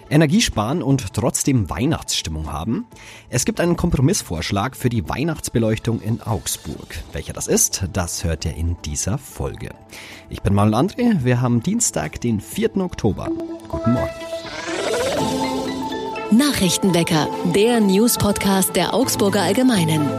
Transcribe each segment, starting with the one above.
Energiesparen und trotzdem Weihnachtsstimmung haben? Es gibt einen Kompromissvorschlag für die Weihnachtsbeleuchtung in Augsburg. Welcher das ist, das hört ihr in dieser Folge. Ich bin Manuel André, wir haben Dienstag, den 4. Oktober. Guten Morgen. Nachrichtenwecker, der News-Podcast der Augsburger Allgemeinen.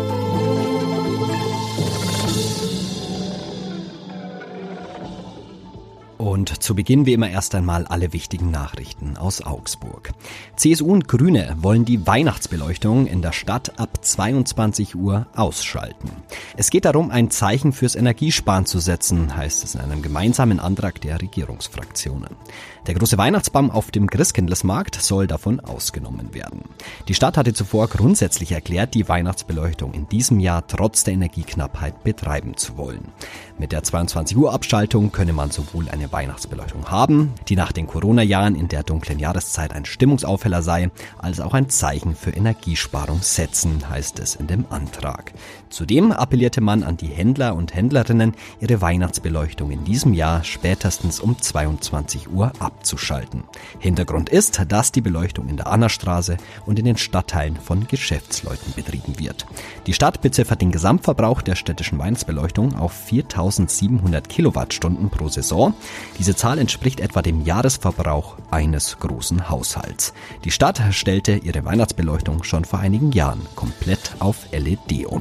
Und zu Beginn wie immer erst einmal alle wichtigen Nachrichten aus Augsburg. CSU und Grüne wollen die Weihnachtsbeleuchtung in der Stadt ab 22 Uhr ausschalten. Es geht darum, ein Zeichen fürs Energiesparen zu setzen, heißt es in einem gemeinsamen Antrag der Regierungsfraktionen. Der große Weihnachtsbaum auf dem Christkindlesmarkt soll davon ausgenommen werden. Die Stadt hatte zuvor grundsätzlich erklärt, die Weihnachtsbeleuchtung in diesem Jahr trotz der Energieknappheit betreiben zu wollen. Mit der 22 Uhr Abschaltung könne man sowohl eine Weihnachtsbeleuchtung haben, die nach den Corona-Jahren in der dunklen Jahreszeit ein Stimmungsaufheller sei, als auch ein Zeichen für Energiesparung setzen, heißt es in dem Antrag. Zudem appellierte man an die Händler und Händlerinnen, ihre Weihnachtsbeleuchtung in diesem Jahr spätestens um 22 Uhr abzuschalten. Hintergrund ist, dass die Beleuchtung in der Annastraße und in den Stadtteilen von Geschäftsleuten betrieben wird. Die Stadt beziffert den Gesamtverbrauch der städtischen Weihnachtsbeleuchtung auf 4.700 Kilowattstunden pro Saison. Diese Zahl entspricht etwa dem Jahresverbrauch eines großen Haushalts. Die Stadt stellte ihre Weihnachtsbeleuchtung schon vor einigen Jahren komplett auf LED um.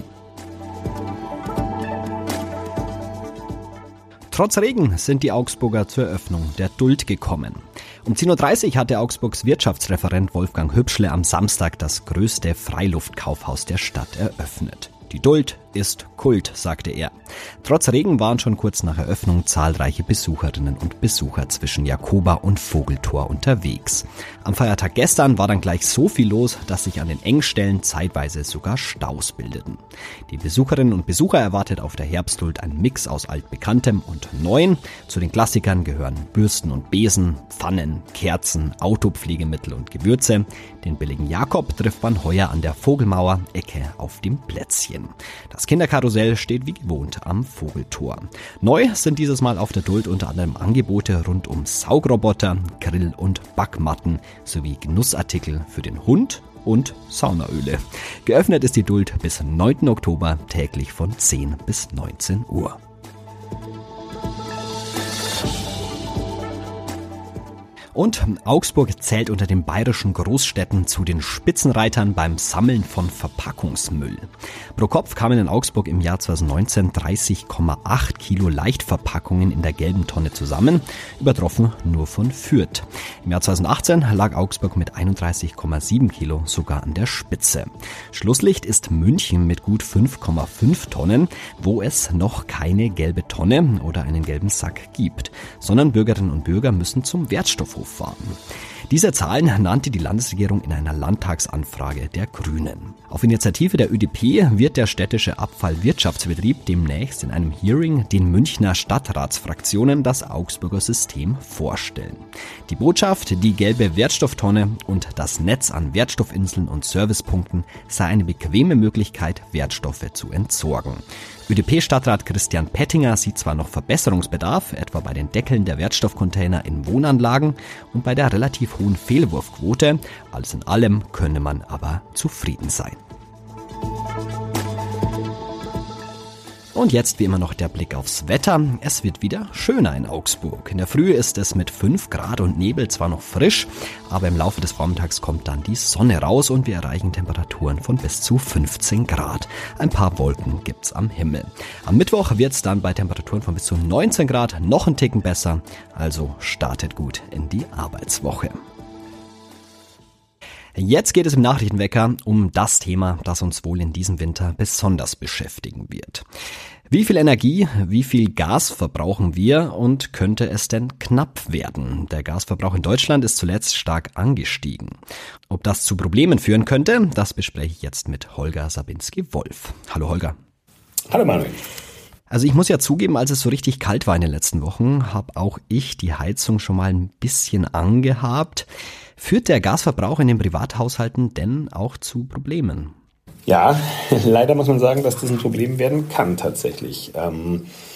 Trotz Regen sind die Augsburger zur Eröffnung der Duld gekommen. Um 10.30 Uhr hatte Augsburgs Wirtschaftsreferent Wolfgang Hübschle am Samstag das größte Freiluftkaufhaus der Stadt eröffnet. Die Duld ist Kult, sagte er. Trotz Regen waren schon kurz nach Eröffnung zahlreiche Besucherinnen und Besucher zwischen Jakoba und Vogeltor unterwegs. Am Feiertag gestern war dann gleich so viel los, dass sich an den Engstellen zeitweise sogar Staus bildeten. Die Besucherinnen und Besucher erwartet auf der Herbstduld ein Mix aus altbekanntem und Neuem. Zu den Klassikern gehören Bürsten und Besen, Pfannen, Kerzen, Autopflegemittel und Gewürze. Den billigen Jakob trifft man heuer an der Vogelmauer Ecke auf dem Plätzchen. Das Kinderkarussell steht wie gewohnt am Vogeltor. Neu sind dieses Mal auf der Duld unter anderem Angebote rund um Saugroboter, Grill- und Backmatten sowie Genussartikel für den Hund und Saunaöle. Geöffnet ist die Duld bis 9. Oktober täglich von 10 bis 19 Uhr. Und Augsburg zählt unter den bayerischen Großstädten zu den Spitzenreitern beim Sammeln von Verpackungsmüll. Pro Kopf kamen in Augsburg im Jahr 2019 30,8 Kilo Leichtverpackungen in der gelben Tonne zusammen, übertroffen nur von Fürth. Im Jahr 2018 lag Augsburg mit 31,7 Kilo sogar an der Spitze. Schlusslicht ist München mit gut 5,5 Tonnen, wo es noch keine gelbe Tonne oder einen gelben Sack gibt, sondern Bürgerinnen und Bürger müssen zum Wertstoffhof fahren. Diese Zahlen nannte die Landesregierung in einer Landtagsanfrage der Grünen. Auf Initiative der ÖDP wird der städtische Abfallwirtschaftsbetrieb demnächst in einem Hearing den Münchner Stadtratsfraktionen das Augsburger System vorstellen. Die Botschaft, die gelbe Wertstofftonne und das Netz an Wertstoffinseln und Servicepunkten sei eine bequeme Möglichkeit, Wertstoffe zu entsorgen. ÖDP-Stadtrat Christian Pettinger sieht zwar noch Verbesserungsbedarf, etwa bei den Deckeln der Wertstoffcontainer in Wohnanlagen und bei der relativ hohen Fehlwurfquote. Alles in allem könne man aber zufrieden sein. Und jetzt wie immer noch der Blick aufs Wetter. Es wird wieder schöner in Augsburg. In der Früh ist es mit 5 Grad und Nebel zwar noch frisch, aber im Laufe des Vormittags kommt dann die Sonne raus und wir erreichen Temperaturen von bis zu 15 Grad. Ein paar Wolken gibt's am Himmel. Am Mittwoch wird's dann bei Temperaturen von bis zu 19 Grad noch einen Ticken besser. Also startet gut in die Arbeitswoche. Jetzt geht es im Nachrichtenwecker um das Thema, das uns wohl in diesem Winter besonders beschäftigen wird. Wie viel Energie, wie viel Gas verbrauchen wir und könnte es denn knapp werden? Der Gasverbrauch in Deutschland ist zuletzt stark angestiegen. Ob das zu Problemen führen könnte, das bespreche ich jetzt mit Holger Sabinski-Wolf. Hallo Holger. Hallo Manuel. Also ich muss ja zugeben, als es so richtig kalt war in den letzten Wochen, habe auch ich die Heizung schon mal ein bisschen angehabt. Führt der Gasverbrauch in den Privathaushalten denn auch zu Problemen? Ja, leider muss man sagen, dass das ein Problem werden kann tatsächlich.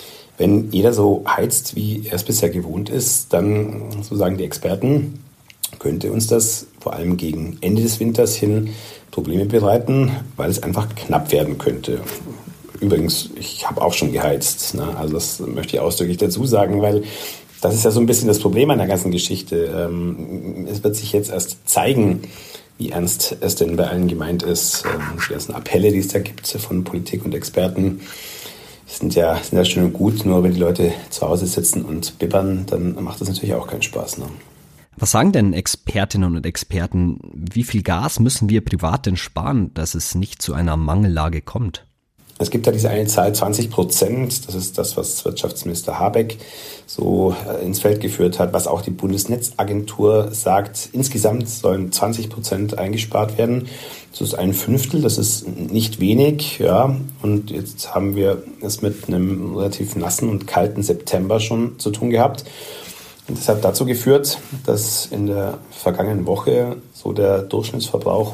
Wenn jeder so heizt, wie er es bisher gewohnt ist, dann, so sagen die Experten, könnte uns das vor allem gegen Ende des Winters hin Probleme bereiten, weil es einfach knapp werden könnte. Übrigens, ich habe auch schon geheizt, ne? Also das möchte ich ausdrücklich dazu sagen, weil das ist ja so ein bisschen das Problem an der ganzen Geschichte. Es wird sich jetzt erst zeigen, wie ernst es denn bei allen gemeint ist. Die ganzen Appelle, die es da gibt von Politik und Experten, sind ja schön und gut. Nur wenn die Leute zu Hause sitzen und bibbern, dann macht das natürlich auch keinen Spaß, ne? Was sagen denn Expertinnen und Experten? Wie viel Gas müssen wir privat denn sparen, dass es nicht zu einer Mangellage kommt? Es gibt ja diese eine Zahl, 20%, das ist das, was Wirtschaftsminister Habeck so ins Feld geführt hat, was auch die Bundesnetzagentur sagt. Insgesamt sollen 20% eingespart werden. Das ist ein Fünftel, das ist nicht wenig, ja. Und jetzt haben wir es mit einem relativ nassen und kalten September schon zu tun gehabt. Und das hat dazu geführt, dass in der vergangenen Woche so der Durchschnittsverbrauch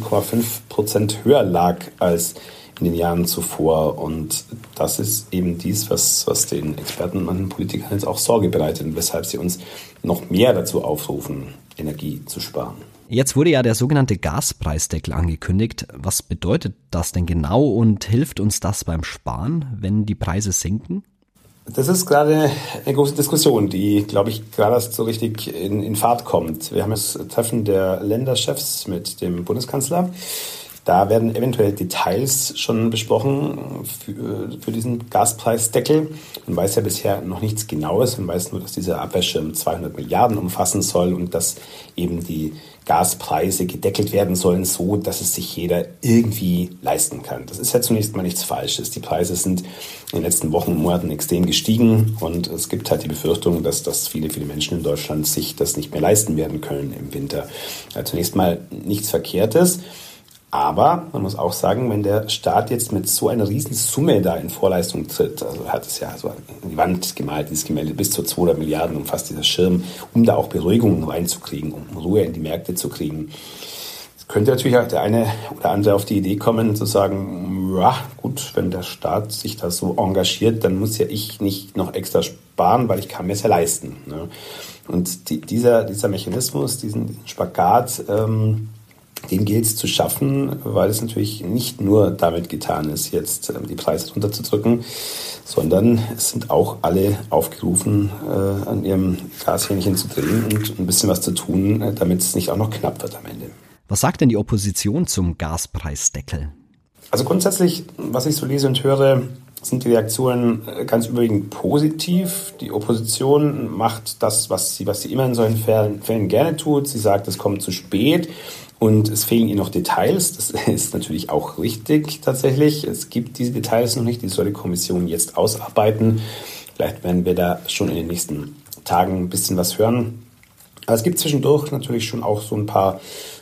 14,5% höher lag als in den Jahren zuvor. Und das ist eben dies, was den Experten und den Politikern jetzt auch Sorge bereitet, weshalb sie uns noch mehr dazu aufrufen, Energie zu sparen. Jetzt wurde ja der sogenannte Gaspreisdeckel angekündigt. Was bedeutet das denn genau und hilft uns das beim Sparen, wenn die Preise sinken? Das ist gerade eine große Diskussion, die, glaube ich, gerade erst so richtig in Fahrt kommt. Wir haben das Treffen der Länderchefs mit dem Bundeskanzler. Da werden eventuell Details schon besprochen für diesen Gaspreisdeckel. Man weiß ja bisher noch nichts Genaues. Man weiß nur, dass dieser Abwehrschirm 200 Milliarden umfassen soll und dass eben die Gaspreise gedeckelt werden sollen, so dass es sich jeder irgendwie leisten kann. Das ist ja zunächst mal nichts Falsches. Die Preise sind in den letzten Wochen und Monaten extrem gestiegen und es gibt halt die Befürchtung, dass viele Menschen in Deutschland sich das nicht mehr leisten werden können im Winter. Ja, zunächst mal nichts Verkehrtes. Aber man muss auch sagen, wenn der Staat jetzt mit so einer Riesensumme da in Vorleistung tritt, also er hat es ja so an die Wand gemalt, dieses Gemälde, bis zu 200 Milliarden umfasst dieser Schirm, um da auch Beruhigung reinzukriegen, um Ruhe in die Märkte zu kriegen. Es könnte natürlich auch der eine oder andere auf die Idee kommen, zu sagen, ja gut, wenn der Staat sich da so engagiert, dann muss ja ich nicht noch extra sparen, weil ich kann mir es ja leisten. Ne? Und dieser Mechanismus, diesen Spagat, den gilt es zu schaffen, weil es natürlich nicht nur damit getan ist, jetzt die Preise runterzudrücken, sondern es sind auch alle aufgerufen, an ihrem Gashähnchen zu drehen und ein bisschen was zu tun, damit es nicht auch noch knapp wird am Ende. Was sagt denn die Opposition zum Gaspreisdeckel? Also grundsätzlich, was ich so lese und höre, sind die Reaktionen ganz überwiegend positiv. Die Opposition macht das, was sie immer in solchen Fällen gerne tut. Sie sagt, es kommt zu spät. Und es fehlen ihr noch Details. Das ist natürlich auch richtig tatsächlich. Es gibt diese Details noch nicht. Die soll die Kommission jetzt ausarbeiten. Vielleicht werden wir da schon in den nächsten Tagen ein bisschen was hören. Aber es gibt zwischendurch natürlich schon auch so ein paar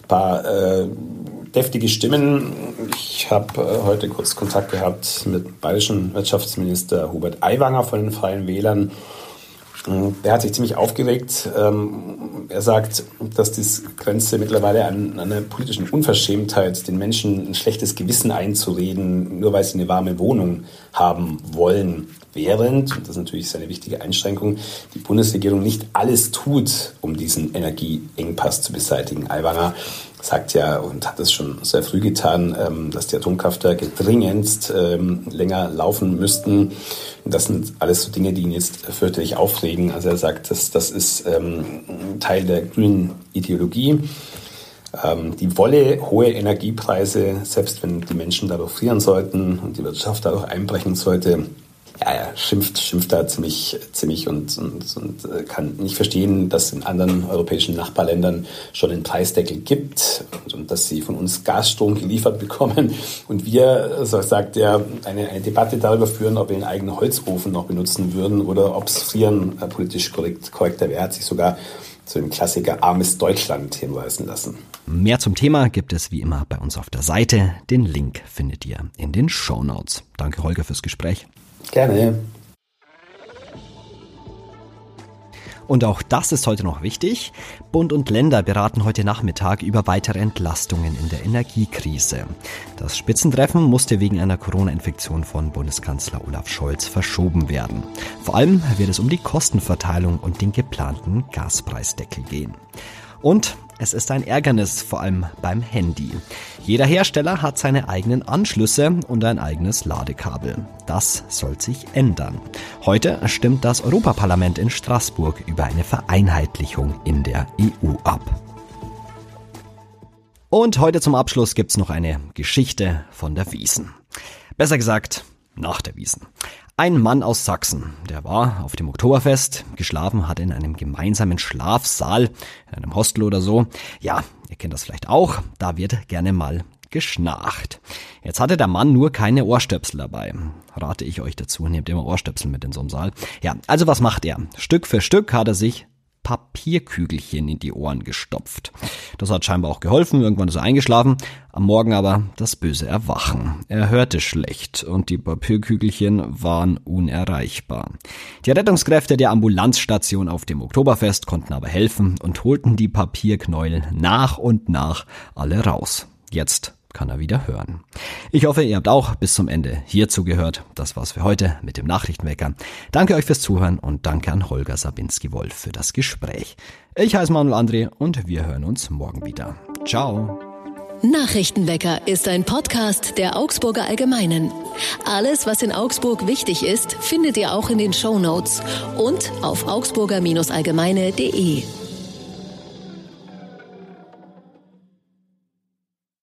deftige Stimmen. Ich habe heute kurz Kontakt gehabt mit dem bayerischen Wirtschaftsminister Hubert Aiwanger von den Freien Wählern. Der hat sich ziemlich aufgeregt. Er sagt, dass die Grenze mittlerweile an einer politischen Unverschämtheit, den Menschen ein schlechtes Gewissen einzureden, nur weil sie eine warme Wohnung haben wollen, während, und das ist natürlich eine wichtige Einschränkung, die Bundesregierung nicht alles tut, um diesen Energieengpass zu beseitigen. Aiwanger sagt ja und hat es schon sehr früh getan, dass die Atomkraftwerke dringendst länger laufen müssten. Das sind alles so Dinge, die ihn jetzt fürchterlich aufregen. Also er sagt, das ist Teil der grünen Ideologie. Die wolle hohe Energiepreise, selbst wenn die Menschen dadurch frieren sollten und die Wirtschaft dadurch einbrechen sollte. Ja, er schimpft da ziemlich und kann nicht verstehen, dass es in anderen europäischen Nachbarländern schon einen Preisdeckel gibt und dass sie von uns Gasstrom geliefert bekommen und wir, so sagt er, eine Debatte darüber führen, ob wir einen eigenen Holzofen noch benutzen würden oder ob es Frieren politisch korrekter wäre. Er hat sich sogar zu dem Klassiker Armes Deutschland hinweisen lassen. Mehr zum Thema gibt es wie immer bei uns auf der Seite. Den Link findet ihr in den Shownotes. Danke Holger fürs Gespräch. Gerne. Und auch das ist heute noch wichtig. Bund und Länder beraten heute Nachmittag über weitere Entlastungen in der Energiekrise. Das Spitzentreffen musste wegen einer Corona-Infektion von Bundeskanzler Olaf Scholz verschoben werden. Vor allem wird es um die Kostenverteilung und den geplanten Gaspreisdeckel gehen. Und es ist ein Ärgernis, vor allem beim Handy. Jeder Hersteller hat seine eigenen Anschlüsse und ein eigenes Ladekabel. Das soll sich ändern. Heute stimmt das Europaparlament in Straßburg über eine Vereinheitlichung in der EU ab. Und heute zum Abschluss gibt's noch eine Geschichte von der Wiesn. Besser gesagt, nach der Wiesn. Ein Mann aus Sachsen, der war auf dem Oktoberfest, geschlafen hat in einem gemeinsamen Schlafsaal, in einem Hostel oder so. Ja, ihr kennt das vielleicht auch, da wird gerne mal geschnarcht. Jetzt hatte der Mann nur keine Ohrstöpsel dabei. Rate ich euch dazu, nehmt immer Ohrstöpsel mit in so einem Saal. Ja, also was macht er? Stück für Stück hat er sich Papierkügelchen in die Ohren gestopft. Das hat scheinbar auch geholfen, irgendwann ist er eingeschlafen, am Morgen aber das böse Erwachen. Er hörte schlecht und die Papierkügelchen waren unerreichbar. Die Rettungskräfte der Ambulanzstation auf dem Oktoberfest konnten aber helfen und holten die Papierknäuel nach und nach alle raus. Jetzt kann er wieder hören. Ich hoffe, ihr habt auch bis zum Ende hier zugehört. Das war's für heute mit dem Nachrichtenwecker. Danke euch fürs Zuhören und danke an Holger Sabinski-Wolf für das Gespräch. Ich heiße Manuel André und wir hören uns morgen wieder. Ciao. Nachrichtenwecker ist ein Podcast der Augsburger Allgemeinen. Alles, was in Augsburg wichtig ist, findet ihr auch in den Shownotes und auf augsburger-allgemeine.de.